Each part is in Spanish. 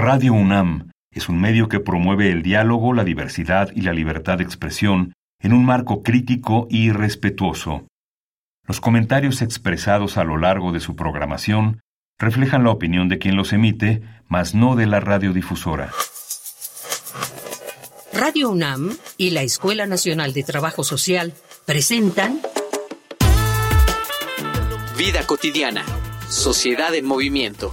Radio UNAM es un medio que promueve el diálogo, la diversidad y la libertad de expresión en un marco crítico y respetuoso. Los comentarios expresados a lo largo de su programación reflejan la opinión de quien los emite, mas no de la radiodifusora. Radio UNAM y la Escuela Nacional de Trabajo Social presentan Vida cotidiana, sociedad en movimiento.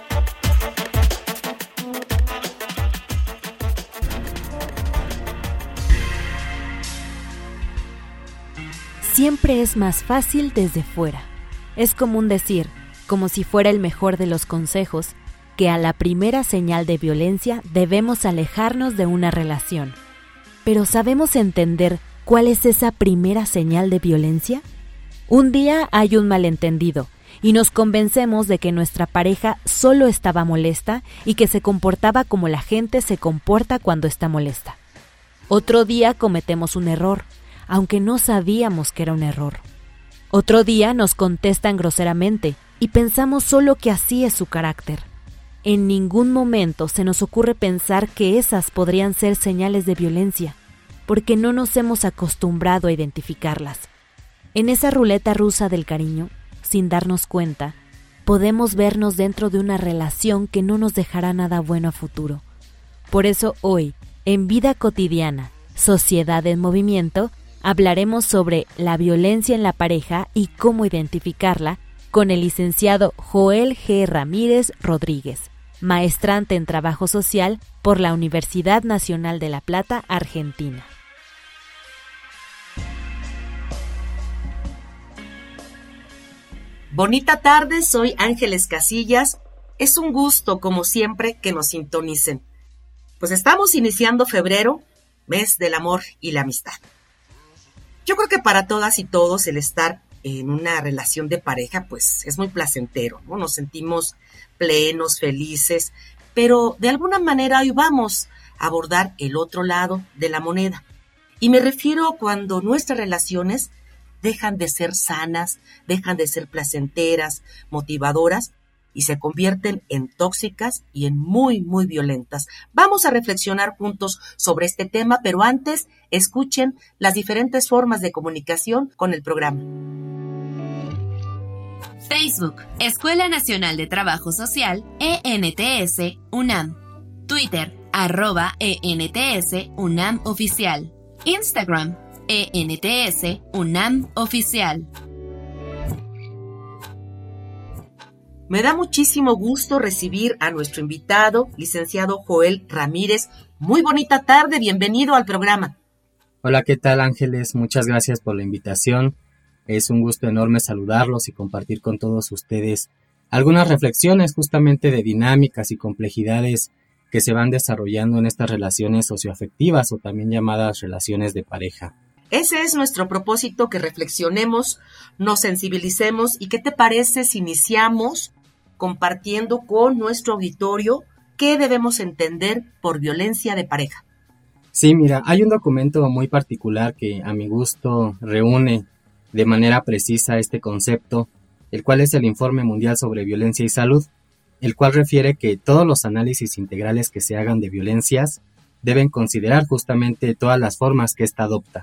Siempre es más fácil desde fuera. Es común decir, como si fuera el mejor de los consejos, que a la primera señal de violencia debemos alejarnos de una relación. ¿Pero sabemos entender cuál es esa primera señal de violencia? Un día hay un malentendido y nos convencemos de que nuestra pareja solo estaba molesta y que se comportaba como la gente se comporta cuando está molesta. Otro día cometemos un error, aunque no sabíamos que era un error. Otro día nos contestan groseramente y pensamos solo que así es su carácter. En ningún momento se nos ocurre pensar que esas podrían ser señales de violencia, porque no nos hemos acostumbrado a identificarlas. En esa ruleta rusa del cariño, sin darnos cuenta, podemos vernos dentro de una relación que no nos dejará nada bueno a futuro. Por eso hoy, en Vida Cotidiana, Sociedad en Movimiento, hablaremos sobre la violencia en la pareja y cómo identificarla con el licenciado Joel G. Ramírez Rodríguez, maestrante en Trabajo Social por la Universidad Nacional de La Plata, Argentina. Bonita tarde, soy Ángeles Casillas. Es un gusto, como siempre, que nos sintonicen. Pues estamos iniciando febrero, mes del amor y la amistad. Yo creo que para todas y todos el estar en una relación de pareja pues es muy placentero, ¿no? Nos sentimos plenos, felices, pero de alguna manera hoy vamos a abordar el otro lado de la moneda. Y me refiero cuando nuestras relaciones dejan de ser sanas, dejan de ser placenteras, motivadoras y se convierten en tóxicas y en muy, muy violentas. Vamos a reflexionar juntos sobre este tema, pero antes escuchen las diferentes formas de comunicación con el programa. Facebook, Escuela Nacional de Trabajo Social, ENTS, UNAM. Twitter, @ENTS, UNAM Oficial. Instagram, ENTS, UNAM Oficial. Me da muchísimo gusto recibir a nuestro invitado, licenciado Joel Ramírez. Muy bonita tarde, bienvenido al programa. Hola, ¿qué tal, Ángeles? Muchas gracias por la invitación. Es un gusto enorme saludarlos y compartir con todos ustedes algunas reflexiones justamente de dinámicas y complejidades que se van desarrollando en estas relaciones socioafectivas o también llamadas relaciones de pareja. Ese es nuestro propósito, que reflexionemos, nos sensibilicemos. ¿Y qué te parece si iniciamos compartiendo con nuestro auditorio qué debemos entender por violencia de pareja? Sí, mira, hay un documento muy particular que a mi gusto reúne de manera precisa este concepto, el cual es el Informe Mundial sobre Violencia y Salud, el cual refiere que todos los análisis integrales que se hagan de violencias deben considerar justamente todas las formas que ésta adopta.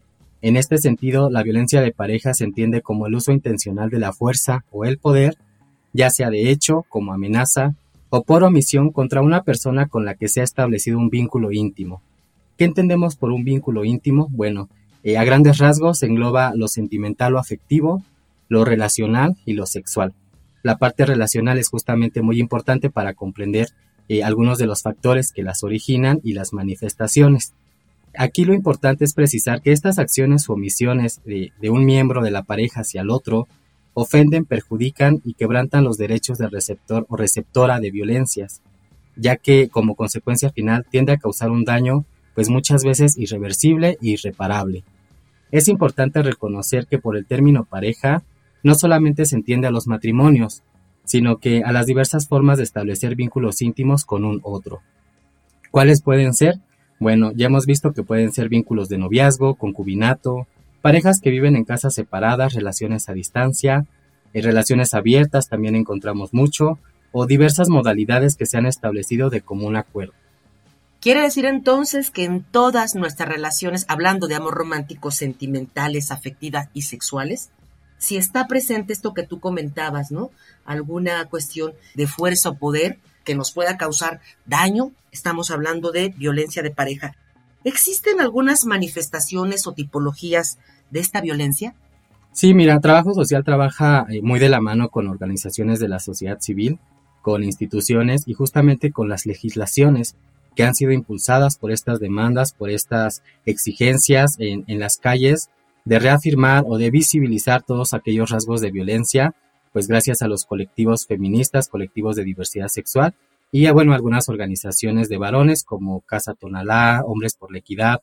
En este sentido, la violencia de pareja se entiende como el uso intencional de la fuerza o el poder, ya sea de hecho, como amenaza, o por omisión contra una persona con la que se ha establecido un vínculo íntimo. ¿Qué entendemos por un vínculo íntimo? Bueno, a grandes rasgos engloba lo sentimental o afectivo, lo relacional y lo sexual. La parte relacional es justamente muy importante para comprender algunos de los factores que las originan y las manifestaciones. Aquí lo importante es precisar que estas acciones o omisiones de un miembro de la pareja hacia el otro ofenden, perjudican y quebrantan los derechos del receptor o receptora de violencias, ya que como consecuencia final tiende a causar un daño pues muchas veces irreversible e irreparable. Es importante reconocer que por el término pareja no solamente se entiende a los matrimonios, sino que a las diversas formas de establecer vínculos íntimos con un otro. ¿Cuáles pueden ser? Bueno, ya hemos visto que pueden ser vínculos de noviazgo, concubinato, parejas que viven en casas separadas, relaciones a distancia, relaciones abiertas también encontramos mucho, o diversas modalidades que se han establecido de común acuerdo. Quiere decir entonces que en todas nuestras relaciones, hablando de amor romántico, sentimentales, afectivas y sexuales, si está presente esto que tú comentabas, ¿no? Alguna cuestión de fuerza o poder que nos pueda causar daño, estamos hablando de violencia de pareja. ¿Existen algunas manifestaciones o tipologías de esta violencia? Sí, mira, Trabajo Social trabaja muy de la mano con organizaciones de la sociedad civil, con instituciones y justamente con las legislaciones que han sido impulsadas por estas demandas, por estas exigencias en las calles, de reafirmar o de visibilizar todos aquellos rasgos de violencia, pues gracias a los colectivos feministas, colectivos de diversidad sexual y algunas organizaciones de varones como Casa Tonalá, Hombres por la Equidad.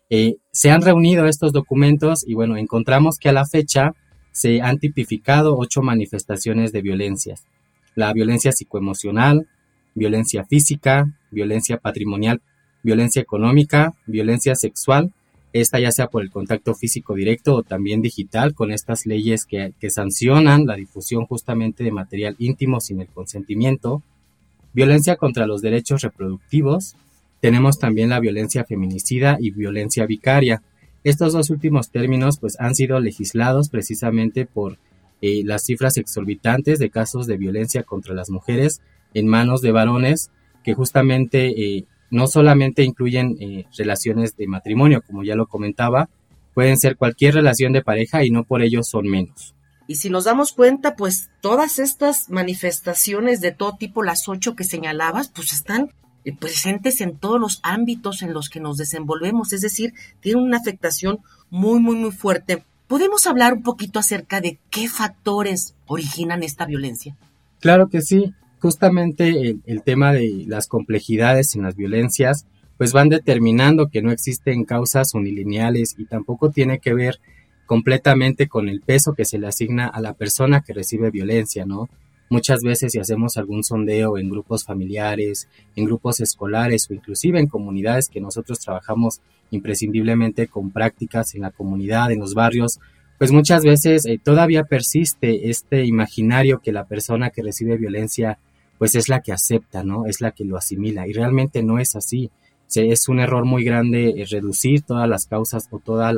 Se han reunido estos documentos y encontramos que a la fecha se han tipificado 8 manifestaciones de violencias. La violencia psicoemocional, violencia física, violencia patrimonial, violencia económica, violencia sexual, esta ya sea por el contacto físico directo o también digital, con estas leyes que sancionan la difusión justamente de material íntimo sin el consentimiento, violencia contra los derechos reproductivos, tenemos también la violencia feminicida y violencia vicaria. Estos 2 últimos términos pues han sido legislados precisamente por las cifras exorbitantes de casos de violencia contra las mujeres en manos de varones que justamente no solamente incluyen relaciones de matrimonio, como ya lo comentaba, pueden ser cualquier relación de pareja y no por ello son menos. Y si nos damos cuenta, pues todas estas manifestaciones de todo tipo, las 8 que señalabas, pues están presentes en todos los ámbitos en los que nos desenvolvemos, es decir, tienen una afectación muy, muy, muy fuerte. ¿Podemos hablar un poquito acerca de qué factores originan esta violencia? Claro que sí. Justamente el tema de las complejidades en las violencias pues van determinando que no existen causas unilineales y tampoco tiene que ver completamente con el peso que se le asigna a la persona que recibe violencia, ¿no? Muchas veces si hacemos algún sondeo en grupos familiares, en grupos escolares o inclusive en comunidades que nosotros trabajamos imprescindiblemente con prácticas en la comunidad, en los barrios, pues muchas veces todavía persiste este imaginario que la persona que recibe violencia pues es la que acepta, ¿no? Es la que lo asimila y realmente no es así. Es un error muy grande reducir todas las causas o toda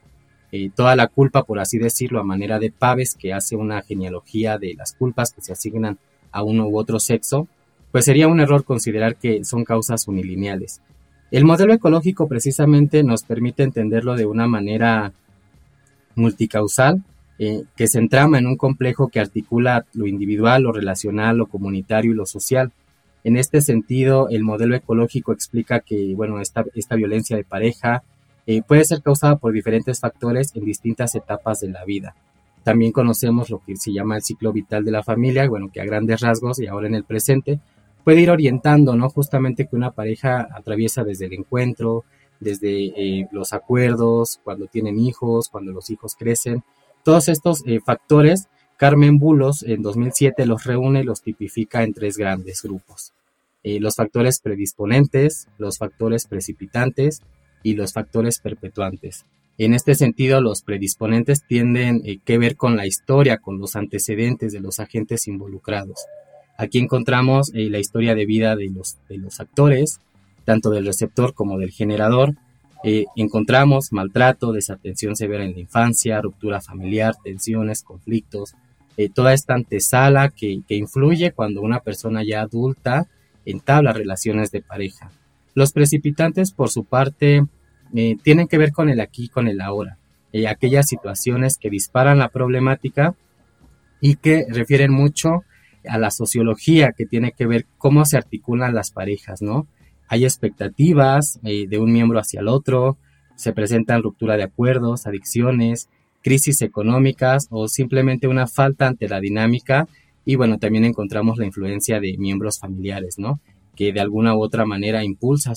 la culpa, por así decirlo, a manera de Paves, que hace una genealogía de las culpas que se asignan a uno u otro sexo, pues sería un error considerar que son causas unilineales. El modelo ecológico precisamente nos permite entenderlo de una manera multicausal, que se entrama en un complejo que articula lo individual, lo relacional, lo comunitario y lo social. En este sentido, el modelo ecológico explica que, esta violencia de pareja puede ser causada por diferentes factores en distintas etapas de la vida. También conocemos lo que se llama el ciclo vital de la familia, que a grandes rasgos y ahora en el presente puede ir orientando, ¿no? Justamente que una pareja atraviesa desde el encuentro, desde los acuerdos, cuando tienen hijos, cuando los hijos crecen. Todos estos factores, Carmen Bulos en 2007 los reúne y los tipifica en 3 grandes grupos. Los factores predisponentes, los factores precipitantes y los factores perpetuantes. En este sentido, los predisponentes tienen que ver con la historia, con los antecedentes de los agentes involucrados. Aquí encontramos la historia de vida de los actores, tanto del receptor como del generador. Encontramos maltrato, desatención severa en la infancia, ruptura familiar, tensiones, conflictos, toda esta antesala que influye cuando una persona ya adulta entabla relaciones de pareja. Los precipitantes, por su parte, tienen que ver con el aquí y con el ahora, aquellas situaciones que disparan la problemática y que refieren mucho a la sociología, que tiene que ver cómo se articulan las parejas, ¿no? Hay expectativas de un miembro hacia el otro, se presentan ruptura de acuerdos, adicciones, crisis económicas o simplemente una falta ante la dinámica y también encontramos la influencia de miembros familiares, ¿no? Que de alguna u otra manera impulsan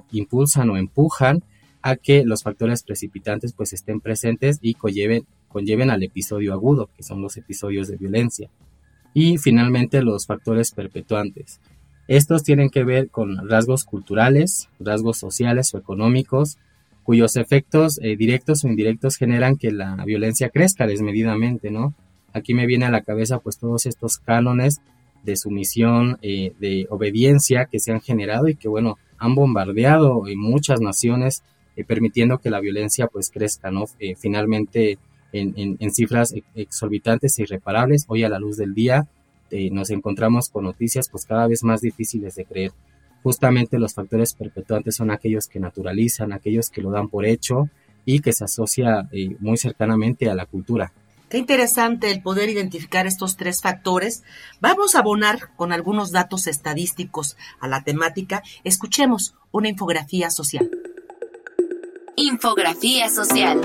o empujan a que los factores precipitantes pues estén presentes y conlleven al episodio agudo, que son los episodios de violencia. Y finalmente los factores perpetuantes. Estos tienen que ver con rasgos culturales, rasgos sociales o económicos, cuyos efectos directos o indirectos generan que la violencia crezca desmedidamente, ¿no? Aquí me viene a la cabeza pues todos estos cánones de sumisión, de obediencia que se han generado y que, bueno, han bombardeado en muchas naciones, permitiendo que la violencia pues crezca, ¿no? Finalmente en cifras exorbitantes e irreparables. Hoy a la luz del día nos encontramos con noticias pues cada vez más difíciles de creer. Justamente los factores perpetuantes son aquellos que naturalizan, aquellos que lo dan por hecho y que se asocia muy cercanamente a la cultura. Qué interesante el poder identificar estos tres factores. Vamos a abonar con algunos datos estadísticos a la temática. Escuchemos una infografía social. Infografía social.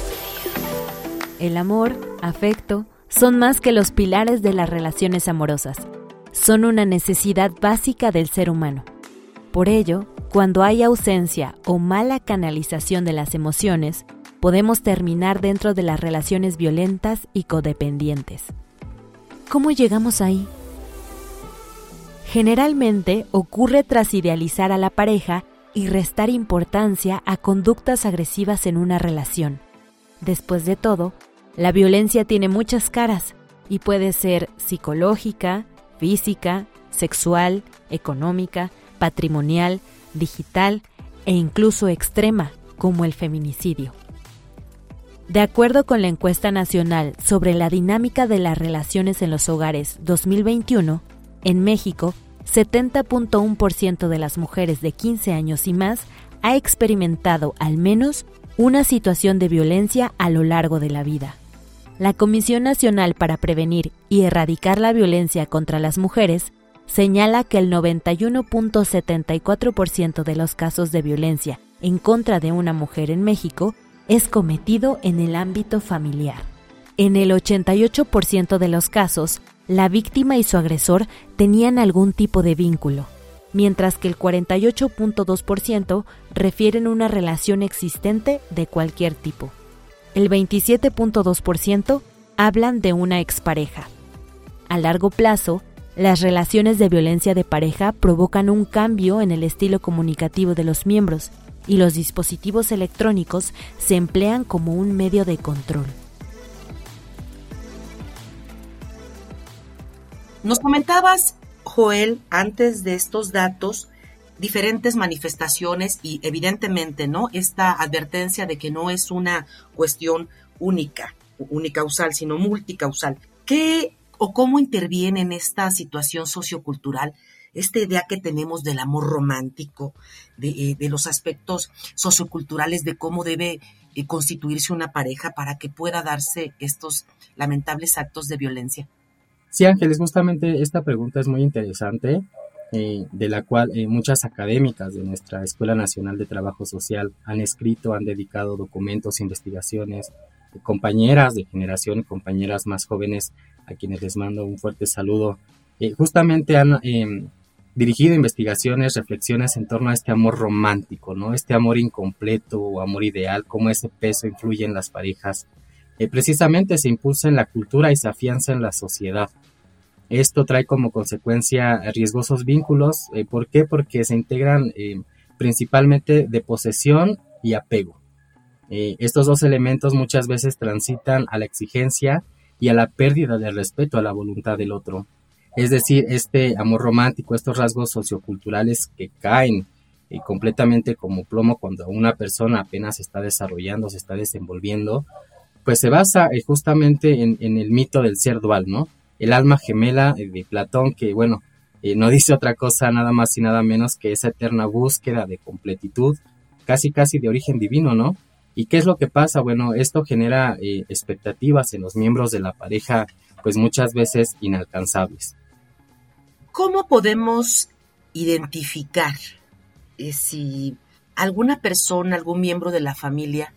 El amor, afecto, son más que los pilares de las relaciones amorosas. Son una necesidad básica del ser humano. Por ello, cuando hay ausencia o mala canalización de las emociones, podemos terminar dentro de las relaciones violentas y codependientes. ¿Cómo llegamos ahí? Generalmente ocurre tras idealizar a la pareja y restar importancia a conductas agresivas en una relación. Después de todo, la violencia tiene muchas caras y puede ser psicológica, física, sexual, económica, patrimonial, digital e incluso extrema, como el feminicidio. De acuerdo con la encuesta nacional sobre la dinámica de las relaciones en los hogares 2021, en México, 70.1% de las mujeres de 15 años y más ha experimentado al menos una situación de violencia a lo largo de la vida. La Comisión Nacional para Prevenir y Erradicar la Violencia contra las Mujeres señala que el 91.74% de los casos de violencia en contra de una mujer en México es cometido en el ámbito familiar. En el 88% de los casos, la víctima y su agresor tenían algún tipo de vínculo, mientras que el 48.2% refieren una relación existente de cualquier tipo. El 27.2% hablan de una expareja. A largo plazo, las relaciones de violencia de pareja provocan un cambio en el estilo comunicativo de los miembros y los dispositivos electrónicos se emplean como un medio de control. Nos comentabas, Joel, antes de estos datos, diferentes manifestaciones y evidentemente, ¿no?, esta advertencia de que no es una cuestión unicausal, sino multicausal. ¿Qué o cómo interviene en esta situación sociocultural esta idea que tenemos del amor romántico, de los aspectos socioculturales de cómo debe constituirse una pareja para que pueda darse estos lamentables actos de violencia? Sí, Ángeles, justamente esta pregunta es muy interesante, de la cual muchas académicas de nuestra Escuela Nacional de Trabajo Social han escrito, han dedicado documentos, investigaciones, compañeras de generación, compañeras más jóvenes, a quienes les mando un fuerte saludo, justamente han dirigido investigaciones, reflexiones en torno a este amor romántico, ¿no? Este amor incompleto o amor ideal, cómo ese peso influye en las parejas. Precisamente se impulsa en la cultura y se afianza en la sociedad. Esto trae como consecuencia riesgosos vínculos. ¿Por qué? Porque se integran principalmente de posesión y apego. Estos dos elementos muchas veces transitan a la exigencia y a la pérdida de respeto a la voluntad del otro. Es decir, este amor romántico, estos rasgos socioculturales que caen completamente como plomo cuando una persona apenas se está desarrollando, se está desenvolviendo, pues se basa justamente en el mito del ser dual, ¿no? El alma gemela de Platón, que bueno, no dice otra cosa nada más y nada menos que esa eterna búsqueda de completitud, casi de origen divino, ¿no? ¿Y qué es lo que pasa? Bueno, esto genera expectativas en los miembros de la pareja, pues muchas veces inalcanzables. ¿Cómo podemos identificar si alguna persona, algún miembro de la familia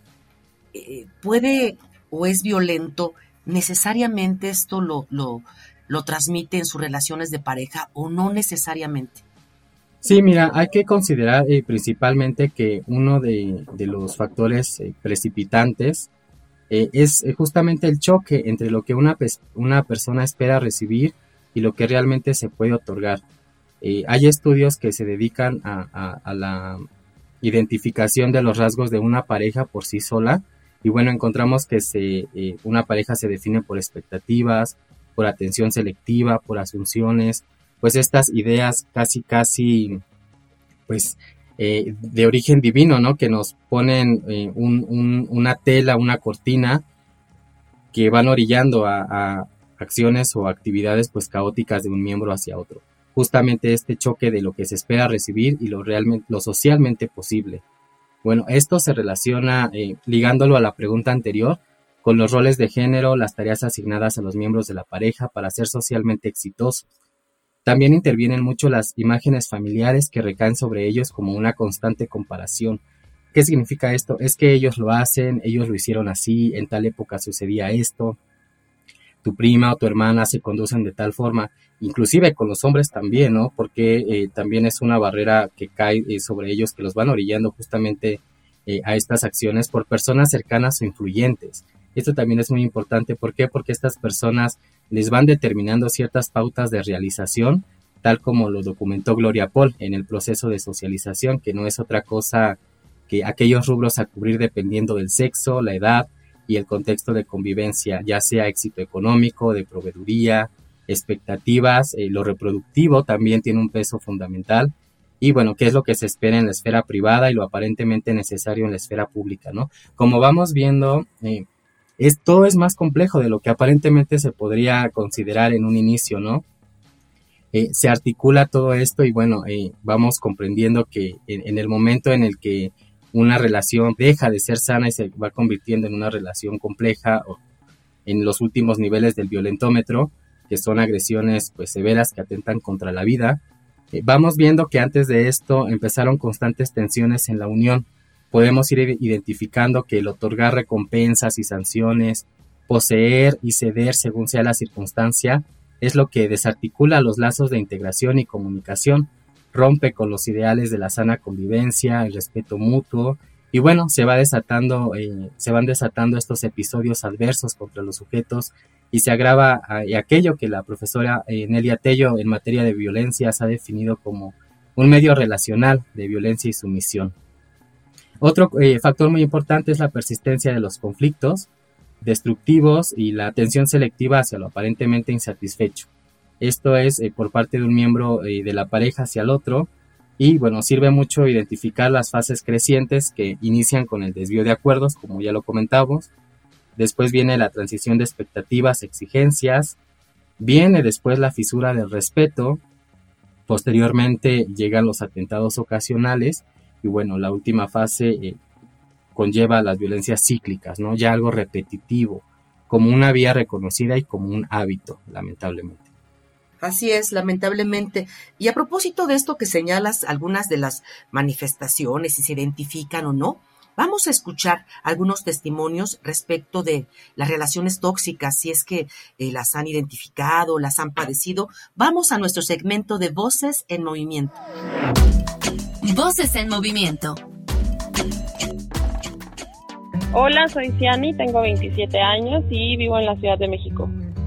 puede o es violento? ¿Necesariamente esto lo transmite en sus relaciones de pareja o no necesariamente? Sí, mira, hay que considerar principalmente que uno de los factores precipitantes es justamente el choque entre lo que una persona espera recibir y lo que realmente se puede otorgar. Hay estudios que se dedican a la identificación de los rasgos de una pareja por sí sola y bueno, encontramos que una pareja se define por expectativas, por atención selectiva, por asunciones, pues estas ideas casi pues de origen divino, ¿no? Que nos ponen una tela, una cortina que van orillando a acciones o actividades pues caóticas de un miembro hacia otro. Justamente este choque de lo que se espera recibir y lo socialmente posible. Bueno, esto se relaciona, ligándolo a la pregunta anterior, con los roles de género, las tareas asignadas a los miembros de la pareja para ser socialmente exitosos. También intervienen mucho las imágenes familiares que recaen sobre ellos como una constante comparación. ¿Qué significa esto? Es que ellos lo hacen, ellos lo hicieron así, en tal época sucedía esto, tu prima o tu hermana se conducen de tal forma, inclusive con los hombres también, ¿no? Porque también es una barrera que cae sobre ellos, que los van orillando justamente a estas acciones por personas cercanas o influyentes. Esto también es muy importante. ¿Por qué? Porque estas personas les van determinando ciertas pautas de realización, tal como lo documentó Gloria Paul en el proceso de socialización, que no es otra cosa que aquellos rubros a cubrir dependiendo del sexo, la edad y el contexto de convivencia, ya sea éxito económico, de proveeduría, expectativas, lo reproductivo también tiene un peso fundamental. Y bueno, ¿qué es lo que se espera en la esfera privada y lo aparentemente necesario en la esfera pública, ¿no? Como vamos viendo, todo es más complejo de lo que aparentemente se podría considerar en un inicio, ¿no? Se articula todo esto y bueno, vamos comprendiendo que en el momento en el que una relación deja de ser sana y se va convirtiendo en una relación compleja o en los últimos niveles del violentómetro, que son agresiones pues severas que atentan contra la vida, vamos viendo que antes de esto empezaron constantes tensiones en la unión. Podemos ir identificando que el otorgar recompensas y sanciones, poseer y ceder según sea la circunstancia, es lo que desarticula los lazos de integración y comunicación, rompe con los ideales de la sana convivencia, el respeto mutuo, y bueno, se van desatando estos episodios adversos contra los sujetos y se agrava aquello que la profesora Nelia Tello en materia de violencias ha definido como un medio relacional de violencia y sumisión. Otro factor muy importante es la persistencia de los conflictos destructivos y la atención selectiva hacia lo aparentemente insatisfecho. Esto es por parte de un miembro de la pareja hacia el otro y bueno, sirve mucho identificar las fases crecientes que inician con el desvío de acuerdos, como ya lo comentamos. Después viene la transición de expectativas, exigencias, viene después la fisura del respeto, posteriormente llegan los atentados ocasionales y bueno, la última fase conlleva las violencias cíclicas, ¿no? Ya algo repetitivo, como una vía reconocida y como un hábito, lamentablemente. Así es, lamentablemente. Y a propósito de esto que señalas, algunas de las manifestaciones, si se identifican o no, vamos a escuchar algunos testimonios respecto de las relaciones tóxicas, si es que las han identificado, las han padecido. Vamos a nuestro segmento de Voces en Movimiento. Voces en Movimiento. Hola, soy Ciani, tengo 27 años y vivo en la Ciudad de México.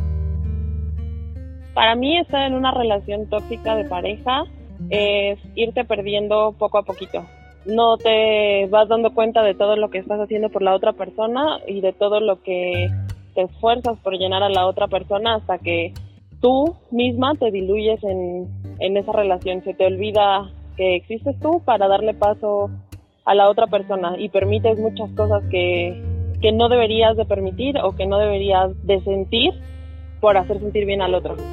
Para mí estar en una relación tóxica de pareja es irte perdiendo poco a poquito. No te vas dando cuenta de todo lo que estás haciendo por la otra persona y de todo lo que te esfuerzas por llenar a la otra persona hasta que tú misma te diluyes en esa relación. Se te olvida que existes tú para darle paso a la otra persona y permites muchas cosas que no deberías de permitir o que no deberías de sentir por hacer sentir bien al otro.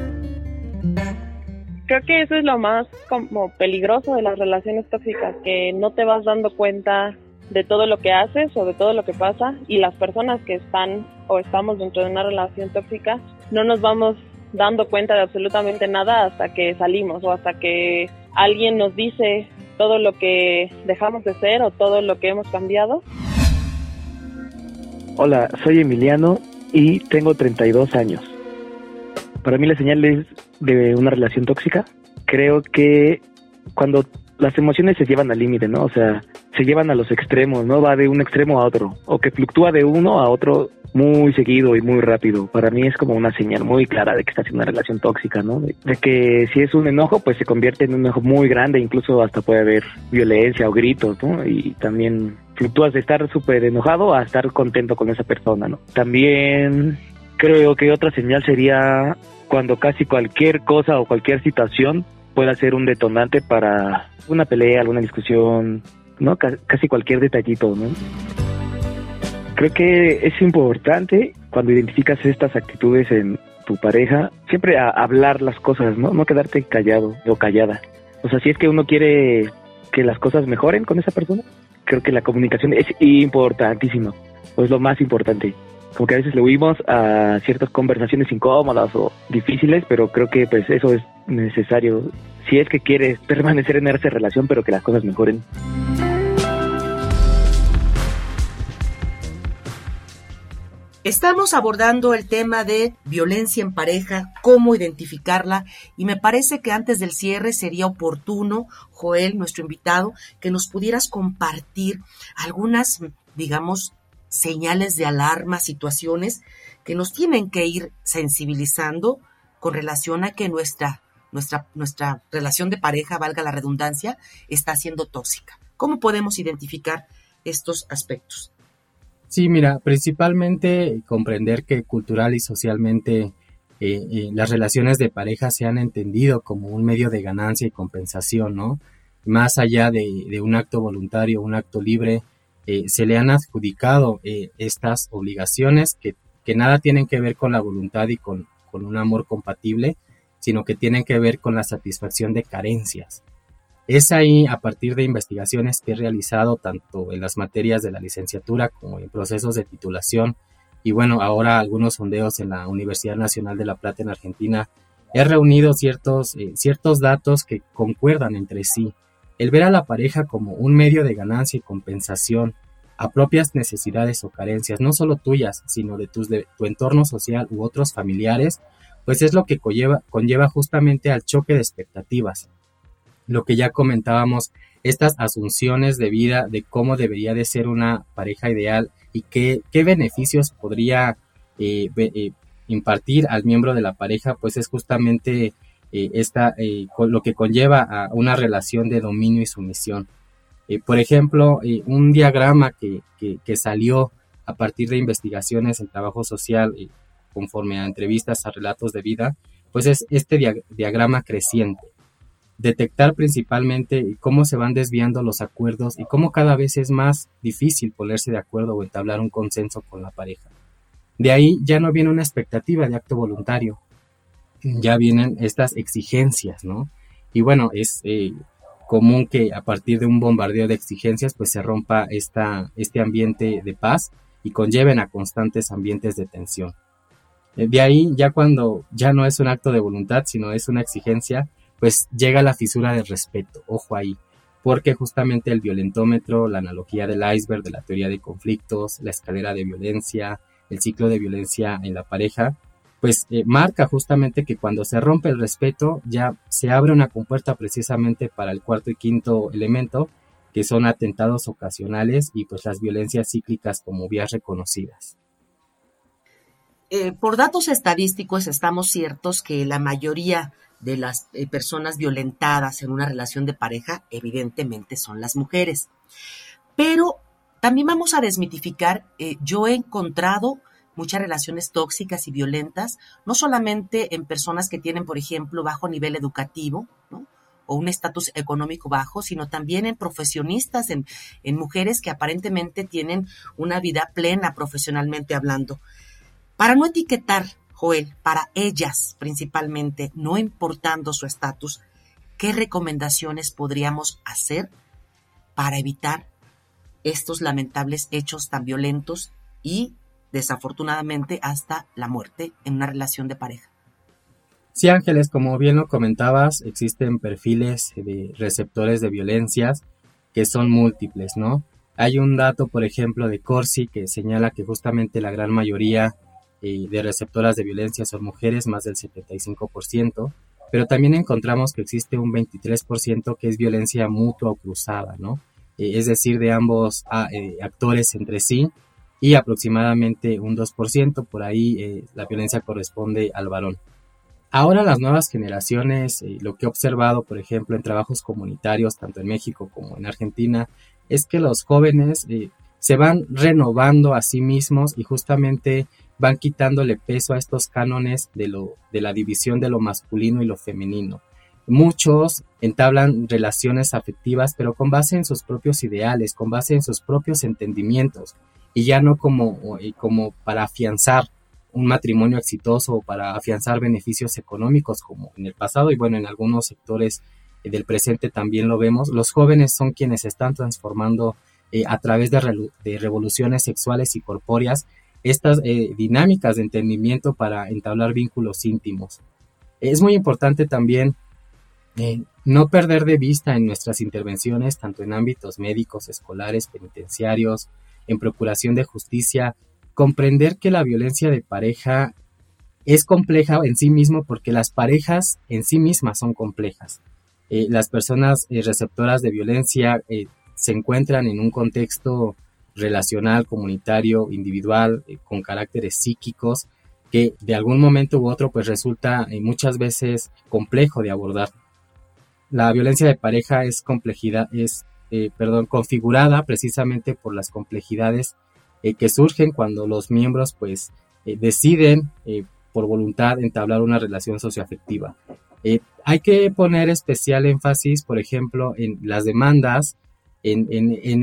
Creo que eso es lo más como peligroso de las relaciones tóxicas, que no te vas dando cuenta de todo lo que haces o de todo lo que pasa, y las personas que están o estamos dentro de una relación tóxica no nos vamos dando cuenta de absolutamente nada hasta que salimos o hasta que alguien nos dice todo lo que dejamos de ser o todo lo que hemos cambiado. Hola, soy Emiliano y tengo 32 años. Para mí las señales de una relación tóxica, creo que cuando las emociones se llevan al límite, ¿no? O sea, se llevan a los extremos, ¿no? Va de un extremo a otro, o que fluctúa de uno a otro muy seguido y muy rápido. Para mí es como una señal muy clara de que estás en una relación tóxica, ¿no? De que si es un enojo, pues se convierte en un enojo muy grande, incluso hasta puede haber violencia o gritos, ¿no? Y también fluctúas de estar súper enojado a estar contento con esa persona, ¿no? También Creo que otra señal sería cuando casi cualquier cosa o cualquier situación pueda ser un detonante para una pelea, alguna discusión, ¿no? Casi cualquier detallito, ¿no? Creo que es importante cuando identificas estas actitudes en tu pareja, siempre hablar las cosas, ¿no? No quedarte callado o callada. O sea, si es que uno quiere que las cosas mejoren con esa persona, creo que la comunicación es importantísima, o es lo más importante. Como que a veces le huimos a ciertas conversaciones incómodas o difíciles, pero creo que pues eso es necesario si es que quieres permanecer en esa relación, pero que las cosas mejoren. Estamos abordando el tema de violencia en pareja, cómo identificarla, y me parece que antes del cierre sería oportuno, Joel, nuestro invitado, que nos pudieras compartir algunas, digamos, señales de alarma, situaciones que nos tienen que ir sensibilizando con relación a que nuestra relación de pareja, valga la redundancia, está siendo tóxica. ¿Cómo podemos identificar estos aspectos? Sí, mira, principalmente comprender que cultural y socialmente las relaciones de pareja se han entendido como un medio de ganancia y compensación, ¿no? Más allá de un acto voluntario, un acto libre, se le han adjudicado estas obligaciones que nada tienen que ver con la voluntad y con un amor compatible, sino que tienen que ver con la satisfacción de carencias. Es ahí, a partir de investigaciones que he realizado tanto en las materias de la licenciatura como en procesos de titulación, y bueno, ahora algunos sondeos en la Universidad Nacional de La Plata en Argentina, he reunido ciertos datos que concuerdan entre sí. El ver a la pareja como un medio de ganancia y compensación a propias necesidades o carencias, no solo tuyas, sino de tu entorno social u otros familiares, pues es lo que conlleva justamente al choque de expectativas. Lo que ya comentábamos, estas asunciones de vida de cómo debería de ser una pareja ideal y qué beneficios podría impartir al miembro de la pareja, pues es justamente lo que conlleva a una relación de dominio y sumisión. Por ejemplo, un diagrama que salió a partir de investigaciones en trabajo social conforme a entrevistas a relatos de vida, pues es este diagrama creciente. Detectar principalmente cómo se van desviando los acuerdos y cómo cada vez es más difícil ponerse de acuerdo o entablar un consenso con la pareja. De ahí ya no viene una expectativa de acto voluntario, ya vienen estas exigencias, ¿no? Y bueno, es común que a partir de un bombardeo de exigencias pues se rompa este ambiente de paz y conlleven a constantes ambientes de tensión. De ahí ya cuando ya no es un acto de voluntad, sino es una exigencia, pues llega la fisura del respeto, ojo ahí, porque justamente el violentómetro, la analogía del iceberg, de la teoría de conflictos, la escalera de violencia, el ciclo de violencia en la pareja, pues marca justamente que cuando se rompe el respeto ya se abre una compuerta precisamente para el cuarto y quinto elemento, que son atentados ocasionales y pues las violencias cíclicas como vías reconocidas. Por datos estadísticos estamos ciertos que la mayoría de las personas violentadas en una relación de pareja evidentemente son las mujeres. Pero también vamos a desmitificar, yo he encontrado muchas relaciones tóxicas y violentas, no solamente en personas que tienen, por ejemplo, bajo nivel educativo, ¿no? O un estatus económico bajo, sino también en profesionistas, en mujeres que aparentemente tienen una vida plena profesionalmente hablando. Para no etiquetar, Joel, para ellas principalmente, no importando su estatus, ¿qué recomendaciones podríamos hacer para evitar estos lamentables hechos tan violentos y, desafortunadamente, hasta la muerte en una relación de pareja? Sí, Ángeles, como bien lo comentabas, existen perfiles de receptores de violencias que son múltiples, ¿no? Hay un dato, por ejemplo, de Corsi que señala que justamente la gran mayoría de receptoras de violencia son mujeres, más del 75%, pero también encontramos que existe un 23% que es violencia mutua o cruzada, ¿no? Es decir, de ambos actores entre sí, y aproximadamente un 2%, por ahí la violencia corresponde al varón. Ahora las nuevas generaciones, lo que he observado, por ejemplo, en trabajos comunitarios, tanto en México como en Argentina, es que los jóvenes se van renovando a sí mismos y justamente van quitándole peso a estos cánones de la división de lo masculino y lo femenino. Muchos entablan relaciones afectivas, pero con base en sus propios ideales, con base en sus propios entendimientos, y ya no como para afianzar un matrimonio exitoso o para afianzar beneficios económicos como en el pasado, y bueno, en algunos sectores del presente también lo vemos. Los jóvenes son quienes se están transformando a través de revoluciones sexuales y corpóreas, estas dinámicas de entendimiento para entablar vínculos íntimos. Es muy importante también no perder de vista en nuestras intervenciones, tanto en ámbitos médicos, escolares, penitenciarios, en procuración de justicia, comprender que la violencia de pareja es compleja en sí mismo porque las parejas en sí mismas son complejas. Las personas receptoras de violencia se encuentran en un contexto relacional, comunitario, individual, con caracteres psíquicos que de algún momento u otro pues resulta muchas veces complejo de abordar. La violencia de pareja es configurada precisamente por las complejidades que surgen cuando los miembros pues deciden por voluntad entablar una relación socioafectiva. Hay que poner especial énfasis, por ejemplo, en las demandas, en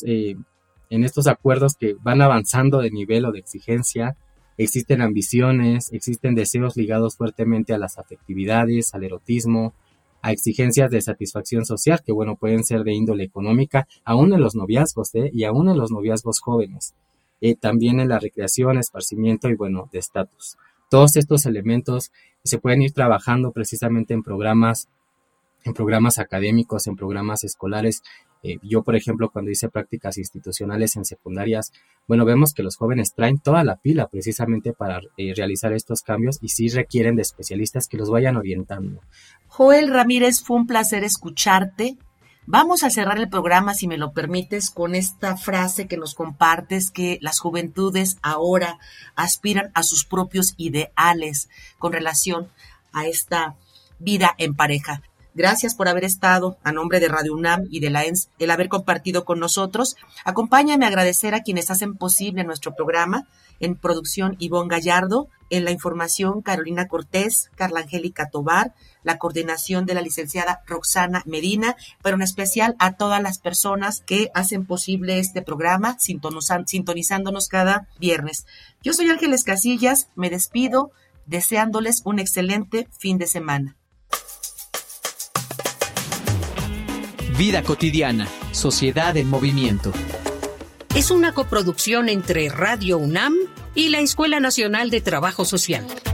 estos acuerdos que van avanzando de nivel o de exigencia. Existen ambiciones, existen deseos ligados fuertemente a las afectividades, al erotismo, a exigencias de satisfacción social que, bueno, pueden ser de índole económica, aún en los noviazgos, y aún en los noviazgos jóvenes. También en la recreación, esparcimiento y, bueno, de estatus. Todos estos elementos se pueden ir trabajando precisamente en programas académicos, en programas escolares. Yo, por ejemplo, cuando hice prácticas institucionales en secundarias, bueno, vemos que los jóvenes traen toda la pila precisamente para realizar estos cambios y sí requieren de especialistas que los vayan orientando. Joel Ramírez, fue un placer escucharte. Vamos a cerrar el programa, si me lo permites, con esta frase que nos compartes, que las juventudes ahora aspiran a sus propios ideales con relación a esta vida en pareja. Gracias por haber estado a nombre de Radio UNAM y de la ENS, el haber compartido con nosotros. Acompáñame a agradecer a quienes hacen posible nuestro programa. En producción, Ivonne Gallardo. En la información, Carolina Cortés, Carla Angélica Tobar. La coordinación de la licenciada Roxana Medina. Pero en especial a todas las personas que hacen posible este programa, sintonizándonos cada viernes. Yo soy Ángeles Casillas. Me despido deseándoles un excelente fin de semana. Vida cotidiana, sociedad en movimiento. Es una coproducción entre Radio UNAM y la Escuela Nacional de Trabajo Social.